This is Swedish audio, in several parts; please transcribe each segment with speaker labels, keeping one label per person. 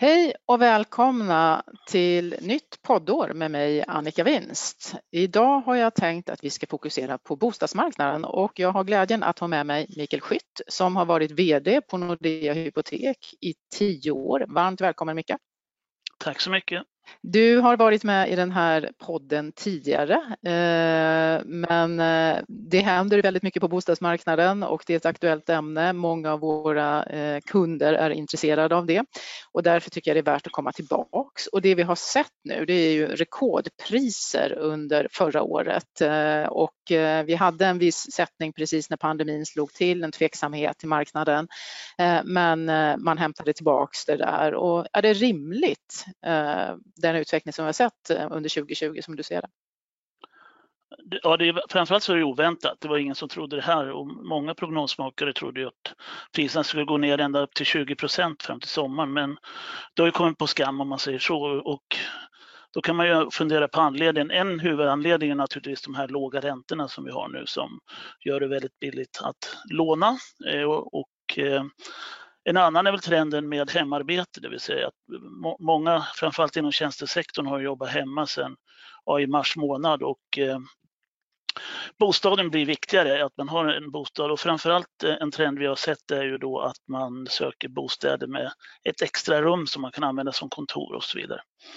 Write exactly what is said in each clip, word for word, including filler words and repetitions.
Speaker 1: Hej och välkomna till nytt poddår med mig Annika Winst. Idag har jag tänkt att vi ska fokusera på bostadsmarknaden och jag har glädjen att ha med mig Mikael Skytt som har varit vd på Nordea Hypotek i tio år. Varmt välkommen Mikael.
Speaker 2: Tack så mycket.
Speaker 1: Du har varit med i den här podden tidigare, men det händer väldigt mycket på bostadsmarknaden och det är ett aktuellt ämne. Många av våra kunder är intresserade av det och därför tycker jag det är värt att komma tillbaks. Och det vi har sett nu, det är ju rekordpriser under förra året och vi hade en viss sättning precis när pandemin slog till, en tveksamhet i marknaden, men man hämtade tillbaks det där. Och är det rimligt den utveckling som vi har sett under tjugo tjugo som du ser det?
Speaker 2: Ja, det är, framförallt så är det oväntat. Det var ingen som trodde det här och många prognosmakare trodde ju att priserna skulle gå ner ända upp till tjugo procent fram till sommaren, men det har ju kommit på skam om man säger så, och då kan man ju fundera på anledningen. En huvudanledning är naturligtvis de här låga räntorna som vi har nu som gör det väldigt billigt att låna, och, och en annan är väl trenden med hemarbete, det vill säga att många, framförallt inom tjänstesektorn, har jobbat hemma sedan ja, i mars månad, och eh, bostaden blir viktigare, att man har en bostad, och framförallt en trend vi har sett är ju då att man söker bostäder med ett extra rum som man kan använda som kontor och så vidare.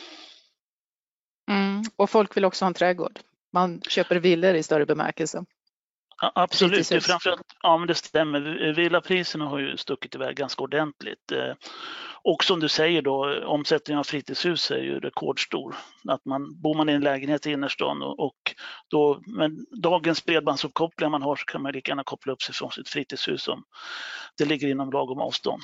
Speaker 1: Mm, och folk vill också ha en trädgård. Man köper villor i större bemärkelse.
Speaker 2: Ja, absolut, det, framförallt, ja, men det stämmer. Villapriserna har ju stuckit iväg ganska ordentligt. Och som du säger då, omsättningen av fritidshus är ju rekordstor. Att man, bor man i en lägenhet i innerstan och, och då, men dagens bredbandsuppkoppling man har, så kan man lika gärna koppla upp sig från sitt fritidshus om det ligger inom lagom avstånd.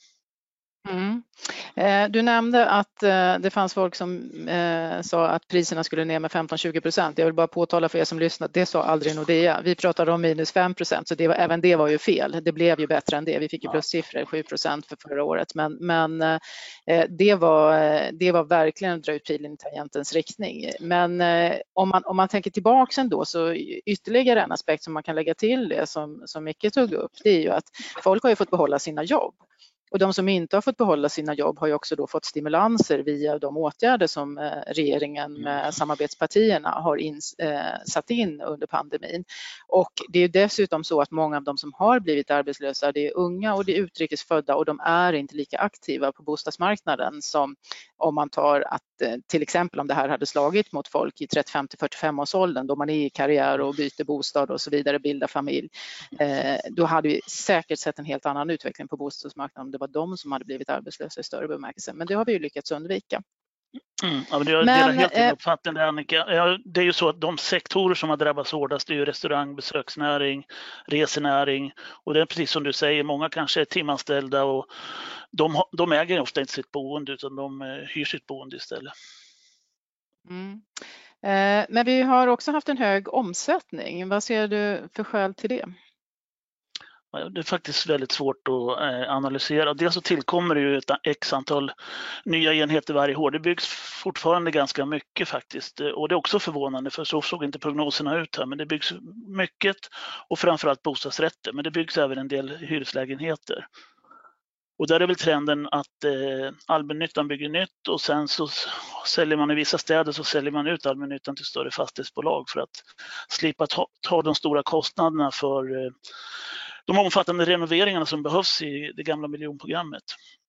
Speaker 1: Mm. Du nämnde att det fanns folk som sa att priserna skulle ner med femton till tjugo procent. Jag vill bara påtala för er som lyssnat, det sa aldrig Nordea. Vi pratade om minus fem procent, så det var, även det var ju fel. Det blev ju bättre än det. Vi fick ju plussiffror, sju procent för förra året. Men, men det, var, det var verkligen att dra ut pilen i tangentens riktning. Men om man, om man tänker tillbaka ändå, så ytterligare en aspekt som man kan lägga till det som, som Micke tog upp, det är ju att folk har ju fått behålla sina jobb. Och de som inte har fått behålla sina jobb har ju också då fått stimulanser via de åtgärder som regeringen med samarbetspartierna har in, äh, satt in under pandemin. Och det är dessutom så att många av de som har blivit arbetslösa, det är unga och det är utrikesfödda, och de är inte lika aktiva på bostadsmarknaden som om man tar att till exempel om det här hade slagit mot folk i trettiofem till fyrtiofem års åldern, då man är i karriär och byter bostad och så vidare, bildar familj, eh, då hade vi säkert sett en helt annan utveckling på bostadsmarknaden om det var de som hade blivit arbetslösa i större bemärkelse. Men det har vi ju lyckats undvika.
Speaker 2: Mm, ja, men jag delar helt din uppfattning där, Annika. Ja, det är ju så att de sektorer som har drabbats hårdast är ju restaurang, besöksnäring, resenäring, och det är precis som du säger, många kanske är timanställda och de, de äger ofta inte sitt boende utan de hyr sitt boende istället.
Speaker 1: Mm. Eh, men vi har också haft en hög omsättning. Vad ser du för skäl till det?
Speaker 2: Det är faktiskt väldigt svårt att analysera. Dels så tillkommer det ju ett x antal nya enheter varje år. Det byggs fortfarande ganska mycket faktiskt. Och det är också förvånande, för så såg inte prognoserna ut här. Men det byggs mycket, och framförallt bostadsrätter. Men det byggs även en del hyreslägenheter. Och där är väl trenden att eh, allmännyttan bygger nytt, och sen så säljer man i vissa städer så säljer man ut allmännyttan till större fastighetsbolag för att slippa ta, ta de stora kostnaderna för eh, de omfattande renoveringarna som behövs i det gamla miljonprogrammet.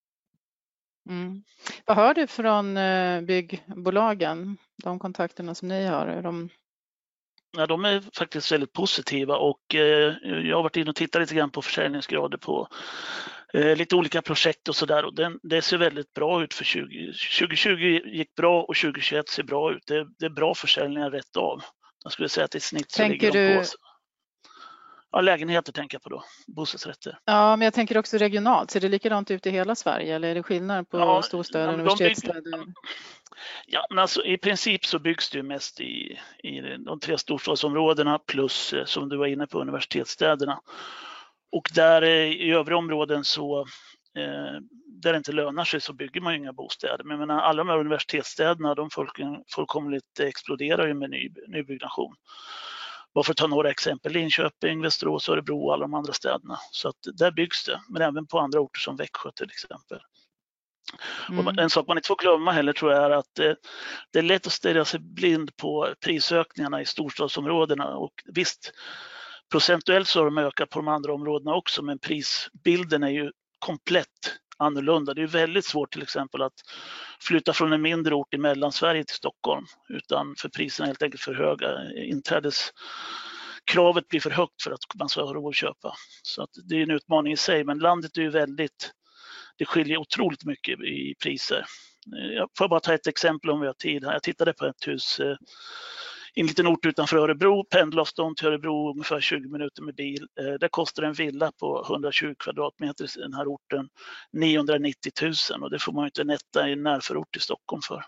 Speaker 1: Mm. Vad hör du från eh, byggbolagen, de kontakterna som ni har? Är de...
Speaker 2: Ja, de är faktiskt väldigt positiva, och eh, jag har varit inne och tittat lite grann på försäljningsgrader på eh, lite olika projekt och sådär, och den, det ser väldigt bra ut för tjugo tjugo gick bra och tjugo tjugoett ser bra ut. Det, det är bra försäljningar rätt av. Jag skulle säga att i snitt så
Speaker 1: tänker
Speaker 2: ligger de på...
Speaker 1: Du...
Speaker 2: Ja, lägenheter tänker jag på då, bostadsrätter.
Speaker 1: Ja, men jag tänker också regionalt. Ser det likadant ut i hela Sverige, eller är det skillnad på ja, storstäder och universitetsstäder?
Speaker 2: Bygger... Ja, men alltså i princip så byggs det ju mest i, i de tre storstadsområdena plus, som du var inne på, universitetsstäderna. Och där i övriga områden så, eh, där det inte lönar sig, så bygger man ju inga bostäder. Men jag menar, alla de här universitetsstäderna, de fullkomligt exploderar ju med ny, nybyggnation. Bara för att ta några exempel, Linköping, Västerås, Örebro och alla de andra städerna. Så att där byggs det, men även på andra orter som Växjö till exempel. Mm. Och en sak man inte får glömma heller tror jag är att det, det är lätt att stirra sig blind på prisökningarna i storstadsområdena. Och visst, procentuellt så har de ökat på de andra områdena också, men prisbilden är ju komplett annorlunda. Det är väldigt svårt till exempel att flytta från en mindre ort i Mellansverige till Stockholm, utan för priserna är helt enkelt för höga. Inträdeskravet blir för högt för att man ska ha råd att köpa. Så att det är en utmaning i sig, men landet är ju väldigt, det skiljer otroligt mycket i priser. Jag får bara ta ett exempel om vi har tid här. Jag tittade på ett hus i en liten ort utanför Örebro, pendelavstånd till Örebro ungefär tjugo minuter med bil. Där kostar en villa på hundratjugo kvadratmeter i den här orten niohundranittio tusen, och det får man ju inte en etta i en närförort i Stockholm för.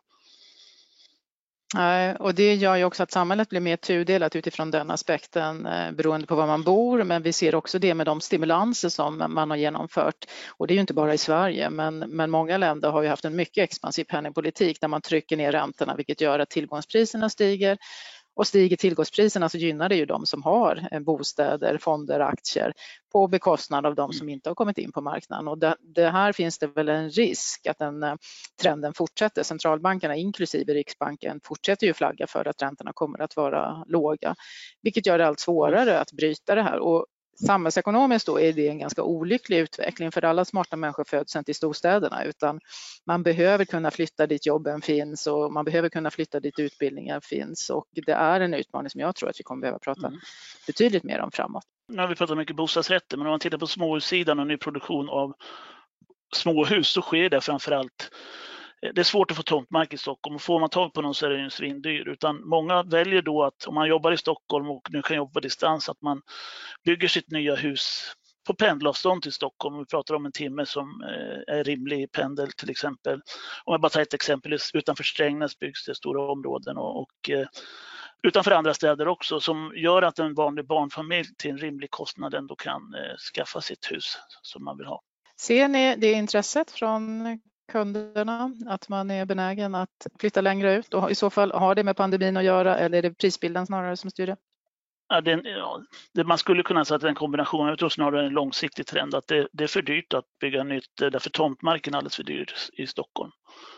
Speaker 1: Nej, och det gör ju också att samhället blir mer tudelat utifrån den aspekten eh, beroende på var man bor, men vi ser också det med de stimulanser som man har genomfört, och det är ju inte bara i Sverige, men, men många länder har ju haft en mycket expansiv penningpolitik där man trycker ner räntorna, vilket gör att tillgångspriserna stiger. Och stiger tillgångspriserna så gynnar det ju de som har bostäder, fonder, aktier på bekostnad av de som inte har kommit in på marknaden. Och det, det här finns det väl en risk att den trenden fortsätter. Centralbankerna inklusive Riksbanken fortsätter ju flagga för att räntorna kommer att vara låga, vilket gör det allt svårare att bryta det här. Och samhällsekonomiskt då är det en ganska olycklig utveckling, för alla smarta människor föds inte i storstäderna, utan man behöver kunna flytta dit jobben finns och man behöver kunna flytta dit utbildningen finns, och det är en utmaning som jag tror att vi kommer behöva prata mm. betydligt mer om framåt.
Speaker 2: Nu har vi pratat mycket bostadsrätter, men om man tittar på småhussidan och nyproduktion av småhus så sker det framförallt. Det är svårt att få tomtmark i Stockholm, och får man tag på någon så är det en svindyr. Utan många väljer då att om man jobbar i Stockholm och nu kan jobba på distans, att man bygger sitt nya hus på pendelavstånd till Stockholm. Vi pratar om en timme som är rimlig pendel till exempel. Om jag bara tar ett exempel, utanför Strängnäs byggs det stora områden och, och utanför andra städer också, som gör att en vanlig barnfamilj till en rimlig kostnad ändå kan eh, skaffa sitt hus som man vill ha.
Speaker 1: Ser ni det intresset från kunderna, att man är benägen att flytta längre ut, och i så fall har det med pandemin att göra, eller är det prisbilden snarare som styr det?
Speaker 2: Ja, det, ja, det man skulle kunna säga att det är en kombination. Jag tror snarare en långsiktig trend att det, det är för dyrt att bygga nytt, därför tomtmarken är alldeles för dyr i Stockholm.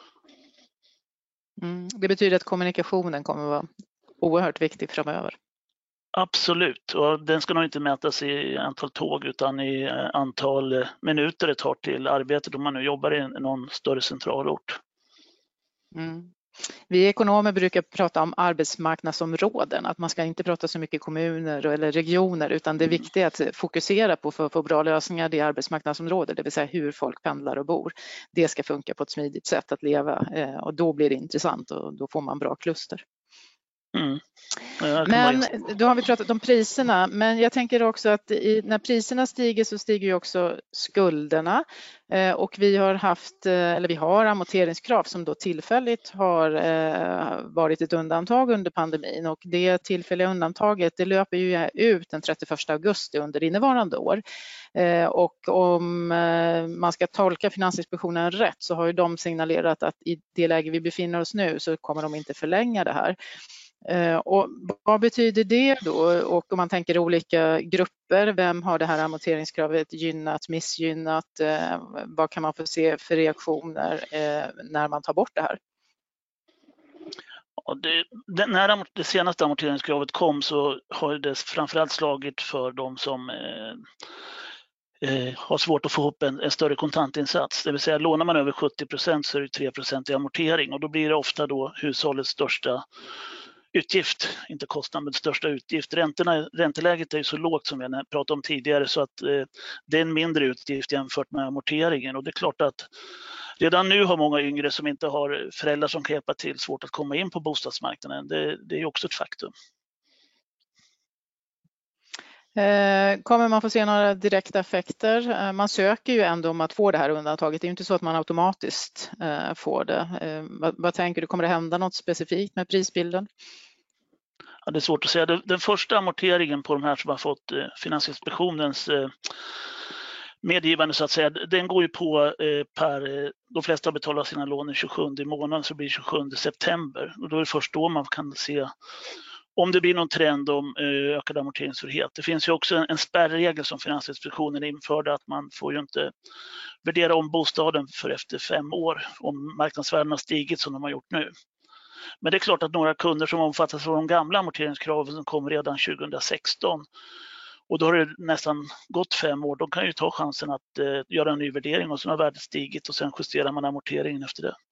Speaker 1: Mm, det betyder att kommunikationen kommer att vara oerhört viktig framöver.
Speaker 2: Absolut, och den ska nog inte mätas i antal tåg utan i antal minuter det tar till arbetet om man nu jobbar i någon större centralort.
Speaker 1: Mm. Vi ekonomer brukar prata om arbetsmarknadsområden, att man ska inte prata så mycket kommuner eller regioner, utan det är viktigt att fokusera på för att få bra lösningar i arbetsmarknadsområden, det vill säga hur folk pendlar och bor. Det ska funka på ett smidigt sätt att leva, och då blir det intressant och då får man bra kluster.
Speaker 2: Mm.
Speaker 1: Men då har vi pratat om priserna, men jag tänker också att i, när priserna stiger så stiger ju också skulderna, eh, och vi har haft, eller vi har amorteringskrav som då tillfälligt har eh, varit ett undantag under pandemin, och det tillfälliga undantaget det löper ju ut den trettioförsta augusti under innevarande år. Eh, och om eh, man ska tolka Finansinspektionen rätt så har ju de signalerat att i det läge vi befinner oss nu så kommer de inte förlänga det här. Och vad betyder det då? Och om man tänker olika grupper, vem har det här amorteringskravet gynnat, missgynnat? Vad kan man få se för reaktioner när man tar bort det här?
Speaker 2: Ja, det, det, när det senaste amorteringskravet kom så har det framförallt slagit för de som eh, eh, har svårt att få ihop en, en större kontantinsats. Det vill säga lånar man över sjuttio procent så är det tre procent i amortering, och då blir det ofta då hushållets största utgift, inte kostnad men största utgift. Räntorna, ränteläget är ju så lågt som jag pratade om tidigare så att eh, det är en mindre utgift jämfört med amorteringen, och det är klart att redan nu har många yngre som inte har föräldrar som kan hjälpa till svårt att komma in på bostadsmarknaden. Det, det är ju också ett faktum.
Speaker 1: Kommer man få se några direkta effekter? Man söker ju ändå om att få det här undantaget. Det är ju inte så att man automatiskt får det. Vad, vad tänker du, kommer det hända något specifikt med prisbilden?
Speaker 2: Ja, det är svårt att säga. Den, den första amorteringen på de här som har fått eh, Finansinspektionens eh, medgivande så att säga, den går ju på eh, per, eh, de flesta betalar sina lån den tjugosjunde i månaden, så blir det tjugosjunde september, och då är det först då man kan se om det blir någon trend om ökad amorteringsfrihet. Det finns ju också en spärregel som Finansinspektionen införde, att man får ju inte värdera om bostaden för efter fem år om marknadsvärdena har stigit som de har gjort nu. Men det är klart att några kunder som omfattas av de gamla amorteringskraven som kom redan tjugohundrasexton, och då har det nästan gått fem år, de kan ju ta chansen att eh, göra en ny värdering och sen har värdet stigit och sen justerar man amorteringen efter det.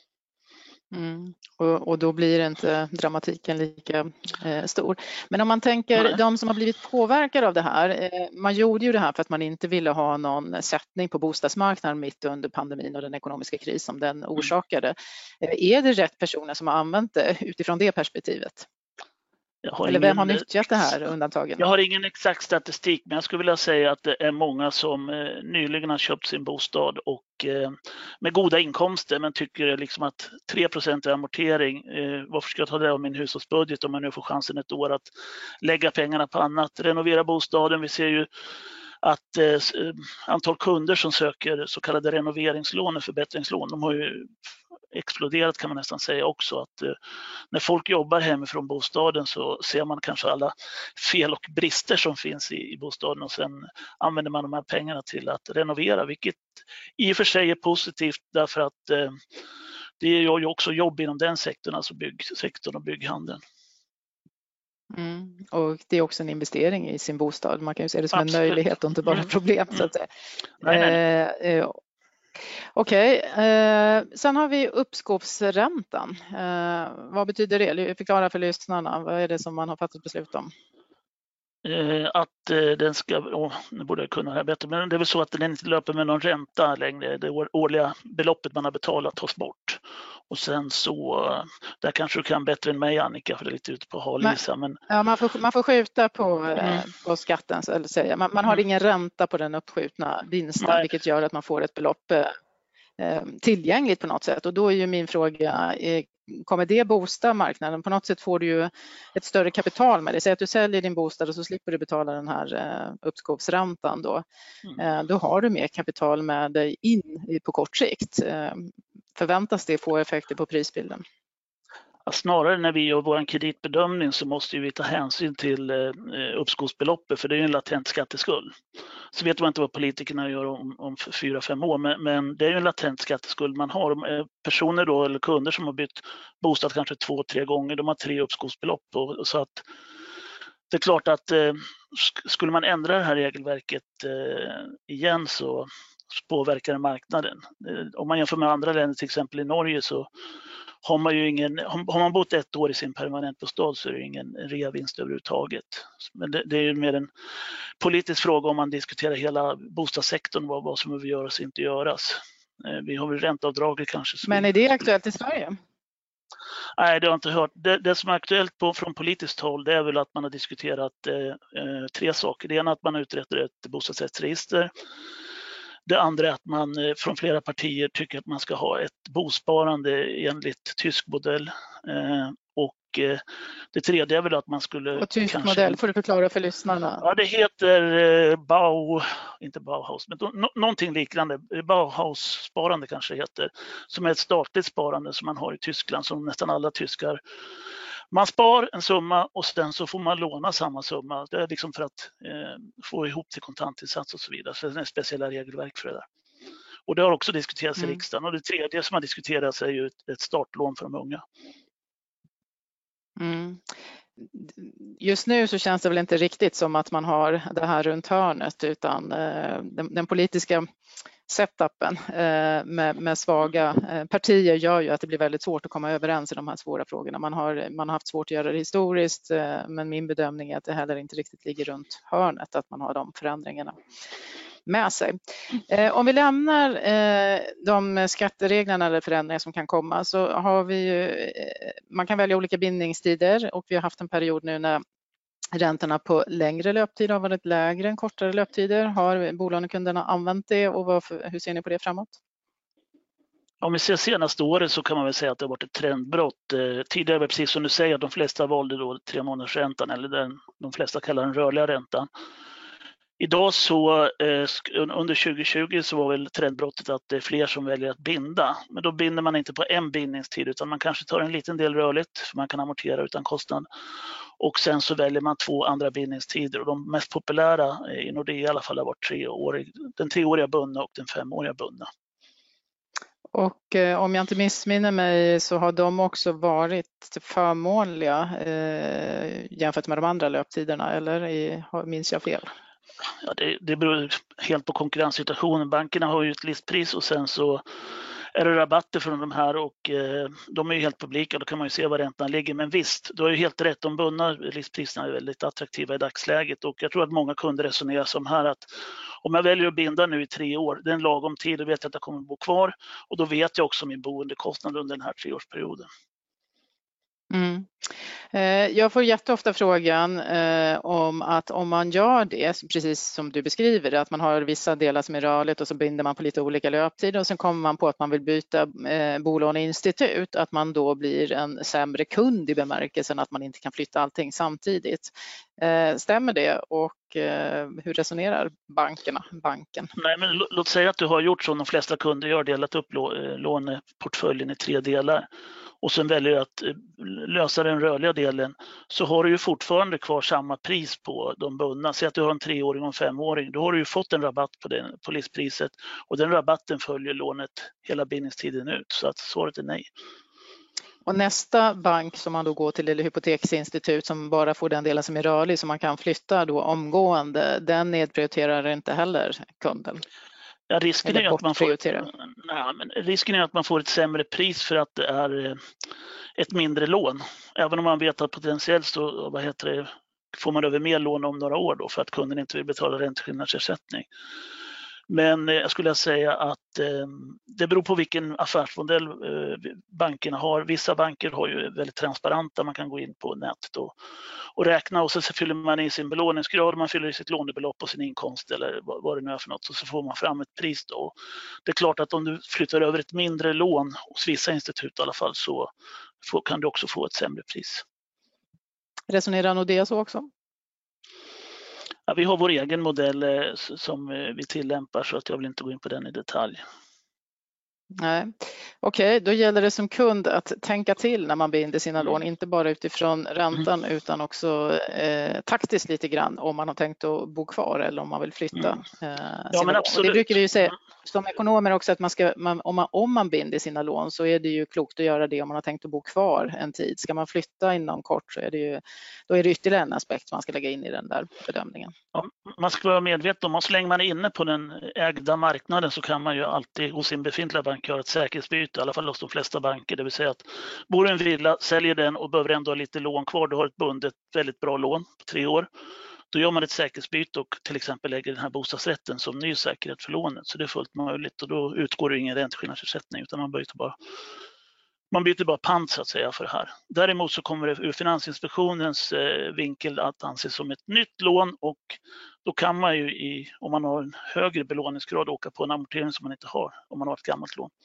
Speaker 1: Mm. Och, och då blir inte dramatiken lika eh, stor. Men om man tänker Nej. de som har blivit påverkade av det här, eh, man gjorde ju det här för att man inte ville ha någon sättning på bostadsmarknaden mitt under pandemin och den ekonomiska kris som den orsakade. Mm. Eh, är det rätt personer som har använt det utifrån det perspektivet? Eller vem har nyttjat det här undantagen?
Speaker 2: Jag har ingen exakt statistik, men jag skulle vilja säga att det är många som eh, nyligen har köpt sin bostad och eh, med goda inkomster, men tycker liksom att tre procent amortering, eh, varför ska jag ta det av min hushållsbudget om jag nu får chansen ett år att lägga pengarna på annat, renovera bostaden. Vi ser ju att eh, antal kunder som söker så kallade renoveringslån och förbättringslån, de har ju exploderat kan man nästan säga också. Att eh, när folk jobbar hemifrån bostaden så ser man kanske alla fel och brister som finns i, i bostaden, och sen använder man de här pengarna till att renovera, vilket i och för sig är positivt därför att eh, det är ju också jobb inom den sektorn, alltså byggsektorn och bygghandeln.
Speaker 1: Mm. Och det är också en investering i sin bostad. Man kan ju se det som Absolut. en möjlighet och inte bara ett problem. Så att säga. Nej, nej. Eh, eh, Okej, okay. eh, sen har vi uppskovsräntan. Eh, vad betyder det? Förklara för lyssnarna. Vad är det som man har fattat beslut om?
Speaker 2: Eh, att eh, den ska, åh, nu borde jag kunna det här bättre, men det är väl så att den inte löper med någon ränta längre. Det årliga beloppet man har betalat tas bort. Och sen så, där kanske du kan bättre än mig Annika, för det är lite ute på halisa. Men...
Speaker 1: Ja, man får, man får skjuta på, mm. eh, på skatten, eller säga. Man, man har mm. ingen ränta på den uppskjutna vinsten, Nej. vilket gör att man får ett belopp eh, tillgängligt på något sätt. Och då är ju min fråga, eh, kommer det boosta marknaden? På något sätt får du ju ett större kapital med det. Säg att du säljer din bostad och så slipper du betala den här eh, uppskovsräntan då. Mm. Eh, då har du mer kapital med dig in på kort sikt. Eh, förväntas det få effekter på prisbilden?
Speaker 2: Ja, snarare när vi gör vår kreditbedömning så måste vi ta hänsyn till eh, uppskovsbeloppet, för det är ju en latent skatteskuld. Så vet man inte vad politikerna gör om, om fyra, fem år, men, men det är ju en latent skatteskuld man har. Personer då, eller kunder som har bytt bostad kanske två, tre gånger, de har tre uppskovsbelopp. Och, och så att det är klart att eh, skulle man ändra det här regelverket eh, igen så påverkar det marknaden. Eh, om man jämför med andra länder, till exempel i Norge, så har man ju ingen, har man bott ett år i sin permanentbostad så är det ingen reavinst överhuvudtaget. Men det, det är ju mer en politisk fråga om man diskuterar hela bostadssektorn, vad, vad som behöver göras och inte göras. Vi har väl ränteavdraget kanske.
Speaker 1: Men är det aktuellt i Sverige?
Speaker 2: Nej, det har jag inte hört. Det, det som är aktuellt på, från politiskt håll, det är väl att man har diskuterat eh, tre saker. Det ena är att man utreder ett bostadsrättsregister. Det andra är att man från flera partier tycker att man ska ha ett bosparande enligt tysk modell. Eh, och eh, det tredje är väl att man skulle...
Speaker 1: Och tysk
Speaker 2: kanske...
Speaker 1: modell får du förklara för lyssnarna.
Speaker 2: Ja, det heter eh, Bau, inte Bauhaus, men no, någonting liknande. Bauhaus-sparande kanske heter. Som är ett statligt sparande som man har i Tyskland, som nästan alla tyskar. Man spar en summa och sen så får man låna samma summa. Det är liksom för att eh, få ihop till kontantinsats och så vidare. Så det är speciella regelverk för det där. Och det har också diskuterats mm. i riksdagen. Och det tredje som har diskuterats är ju ett, ett startlån för de unga.
Speaker 1: Mm. Just nu så känns det väl inte riktigt som att man har det här runt hörnet, utan eh, den, den politiska setupen eh, med, med svaga eh, partier gör ju att det blir väldigt svårt att komma överens i de här svåra frågorna. Man har, man har haft svårt att göra det historiskt, eh, men min bedömning är att det heller inte riktigt ligger runt hörnet att man har de förändringarna med sig. Eh, om vi lämnar eh, de skattereglerna eller förändringar som kan komma, så har vi ju, eh, man kan välja olika bindningstider, och vi har haft en period nu när räntorna på längre löptid har varit lägre än kortare löptider. Har bolagen och kunderna använt det, och varför, hur ser ni på det framåt?
Speaker 2: Om vi ser senaste året så kan man väl säga att det har varit ett trendbrott. Eh, tidigare var precis som du säger att de flesta valde då tre månaders räntan, eller den, de flesta kallar den rörliga räntan. Idag så eh, under tjugo tjugo så var väl trendbrottet att det är fler som väljer att binda. Men då binder man inte på en bindningstid utan man kanske tar en liten del rörligt för man kan amortera utan kostnad. Och sen så väljer man två andra bindningstider och de mest populära i Nordea i alla fall har varit treårig, den treåriga bundna och den femåriga bundna.
Speaker 1: Och eh, om jag inte missminner mig så har de också varit förmånliga eh, jämfört med de andra löptiderna, eller i, minns jag fel?
Speaker 2: Ja, det, det beror helt på konkurrenssituationen. Bankerna har ju ett listpris och sen så är det rabatter från de här och eh, de är ju helt publika, då kan man ju se var räntan ligger. Men visst, du har ju helt rätt, de bundna listpriserna är väldigt attraktiva i dagsläget och jag tror att många kunder resonerar som här att om jag väljer att binda nu i tre år, det är en lagom tid, då vet jag att jag kommer att bo kvar och då vet jag också min boendekostnad under den här treårsperioden.
Speaker 1: Mm. Jag får jätteofta frågan eh, om att om man gör det, precis som du beskriver det, att man har vissa delar som är rörligt och så binder man på lite olika löptider och sen kommer man på att man vill byta eh, bolåneinstitut, att man då blir en sämre kund i bemärkelsen att man inte kan flytta allting samtidigt. Eh, stämmer det och eh, hur resonerar bankerna, banken?
Speaker 2: Nej, men låt säga att du har gjort som de flesta kunder gör, delat upp låneportföljen i tre delar. Och sen väljer att lösa den rörliga delen så har du ju fortfarande kvar samma pris på de bundna. Säg att du har en treåring och en femåring, då har du ju fått en rabatt på, den, på listpriset och den rabatten följer lånet hela bindningstiden ut. Så att svaret är nej.
Speaker 1: Och nästa bank som man då går till eller hypoteksinstitut som bara får den delen som är rörlig som man kan flytta då omgående, den nedprioriterar inte heller kunden.
Speaker 2: Ja, risken, är att man får, nej, men risken är att man får ett sämre pris för att det är ett mindre lån. Även om man vet att potentiellt så vad heter det, får man över mer lån om några år då för att kunden inte vill betala ränteskillnadsersättning. Men jag skulle säga att eh, det beror på vilken affärsmodell eh, bankerna har. Vissa banker har ju väldigt transparenta, man kan gå in på nätet och, och räkna och så, så fyller man i sin belåningsgrad, man fyller i sitt lånebelopp och sin inkomst eller vad, vad det nu är för något och så får man fram ett pris då. Det är klart att om du flyttar över ett mindre lån hos vissa institut i alla fall så får, kan du också få ett sämre pris.
Speaker 1: Resonerar Nordea så också?
Speaker 2: Ja, vi har vår egen modell eh, som eh, vi tillämpar så att jag vill inte gå in på den i detalj.
Speaker 1: Nej, okej, okay, då gäller det som kund att tänka till när man binder sina lån, inte bara utifrån räntan mm. utan också eh, taktiskt lite grann om man har tänkt att bo kvar eller om man vill flytta. Mm. Eh,
Speaker 2: ja, men absolut.
Speaker 1: Det brukar vi ju säga som ekonomer också att man ska, man, om, man, om man binder sina lån så är det ju klokt att göra det om man har tänkt att bo kvar en tid. Ska man flytta inom kort så är det ju, då är det ytterligare en aspekt man ska lägga in i den där bedömningen.
Speaker 2: Ja, man ska vara medveten om att så länge man är inne på den ägda marknaden så kan man ju alltid hos sin befintliga bank göra ett säkerhetsbyte, i alla fall hos de flesta banker. Det vill säga att bor en villa, säljer den och behöver ändå ha lite lån kvar, du har ett bundet väldigt bra lån på tre år. Då gör man ett säkerhetsbyte och till exempel lägger den här bostadsrätten som ny säkerhet för lånet. Så det är fullt möjligt och då utgår det ingen ränteskillnadsersättning utan man byter bara Man byter bara pant så att säga för det här. Däremot så kommer det ur Finansinspektionens eh, vinkel att anses som ett nytt lån och då kan man ju i, om man har en högre belåningsgrad åka på en amortering som man inte har om man har ett gammalt lån.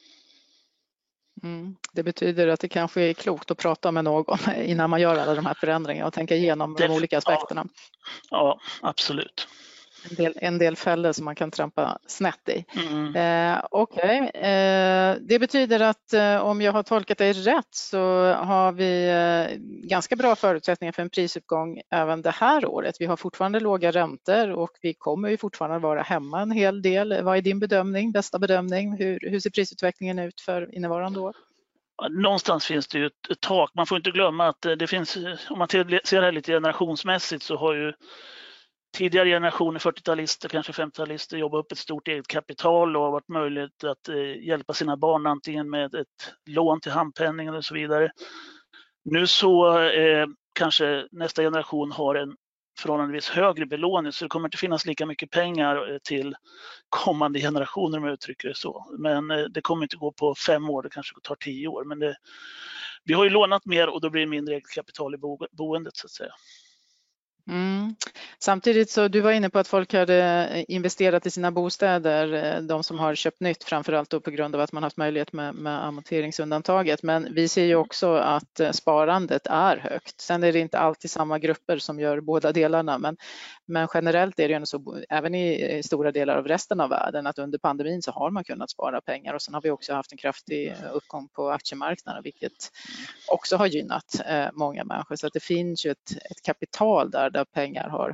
Speaker 1: Mm. Det betyder att det kanske är klokt att prata med någon innan man gör alla de här förändringarna och tänka igenom de olika aspekterna.
Speaker 2: Ja, ja absolut.
Speaker 1: En del, en del fällor som man kan trampa snett i.
Speaker 2: Mm.
Speaker 1: Eh, Okej, okay. eh, det betyder att eh, om jag har tolkat dig rätt så har vi eh, ganska bra förutsättningar för en prisuppgång även det här året. Vi har fortfarande låga räntor och vi kommer ju fortfarande vara hemma en hel del. Vad är din bedömning, bästa bedömning? Hur, hur ser prisutvecklingen ut för innevarande år?
Speaker 2: Någonstans finns det ju ett, ett tak. Man får inte glömma att det finns, om man ser det här lite generationsmässigt så har ju tidigare generationer, fyrtiotalister, kanske femtiotalister, jobbat upp ett stort eget kapital och har varit möjligt att eh, hjälpa sina barn antingen med ett lån till handpenning eller så vidare. Nu så eh, kanske nästa generation har en förhållandevis högre belåning så det kommer inte finnas lika mycket pengar till kommande generationer om jag uttrycker det så. Men eh, det kommer inte gå på fem år, det kanske tar tio år. Men det, vi har ju lånat mer och då blir det mindre eget kapital i bo, boendet så att säga.
Speaker 1: Mm. Samtidigt så du var inne på att folk hade investerat i sina bostäder, de som har köpt nytt, framförallt då på grund av att man haft möjlighet med, med amorteringsundantaget. Men vi ser ju också att sparandet är högt. Sen är det inte alltid samma grupper som gör båda delarna, men, men generellt är det ju så, även i, i stora delar av resten av världen, att under pandemin så har man kunnat spara pengar, och sen har vi också haft en kraftig uppgång på aktiemarknaden, vilket också har gynnat eh, många människor. Så att det finns ju ett, ett kapital där, där pengar har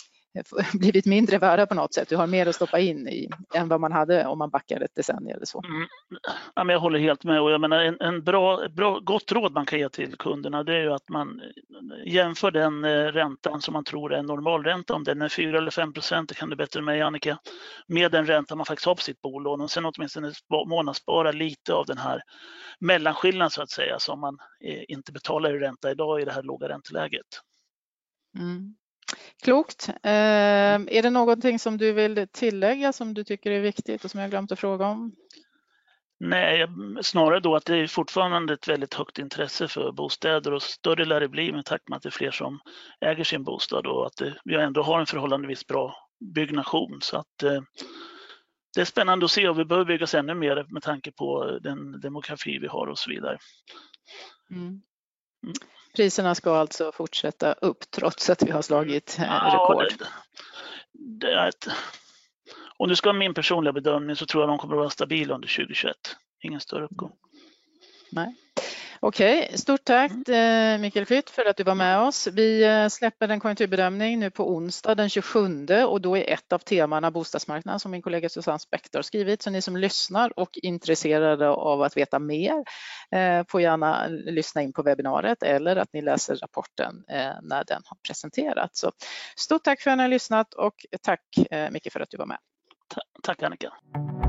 Speaker 1: blivit mindre värda på något sätt. Du har mer att stoppa in i än vad man hade om man backar ett decennium eller så.
Speaker 2: Mm. Ja, men jag håller helt med, och jag menar en, en bra, bra, gott råd man kan ge till kunderna, det är ju att man jämför den räntan som man tror är en normal ränta, om den är fyra eller fem procent, det kan du bättre än mig Annika, med den ränta man faktiskt har på sitt bolån, och sen åtminstone månadsspara lite av den här mellanskillnaden så att säga, som man inte betalar i ränta idag i det här låga ränteläget.
Speaker 1: Mm. Klokt. Eh, är det någonting som du vill tillägga som du tycker är viktigt och som jag glömt att fråga om?
Speaker 2: Nej, snarare då att det är fortfarande ett väldigt högt intresse för bostäder, och större lär det bli med takt med att det är fler som äger sin bostad, och att det, vi ändå har en förhållandevis bra byggnation. Så att eh, det är spännande att se, och vi behöver byggas ännu mer med tanke på den demografi vi har och så vidare.
Speaker 1: Mm. Mm. Priserna ska alltså fortsätta upp trots att vi har slagit
Speaker 2: ja,
Speaker 1: rekord.
Speaker 2: Det, det är ett, om du ska ha min personliga bedömning så tror jag de kommer att vara stabila under tjugohundratjugoett. Ingen större uppgång.
Speaker 1: Nej. Okej, stort tack Mikael Fytt för att du var med oss. Vi släpper en konjunkturbedömning nu på onsdag den tjugosjunde, och då är ett av temana bostadsmarknaden som min kollega Susanne Spector skrivit. Så ni som lyssnar och är intresserade av att veta mer får gärna lyssna in på webbinariet, eller att ni läser rapporten när den har presenterats. Så stort tack för att ni har lyssnat, och tack Micke för att du var med.
Speaker 2: Tack Annika.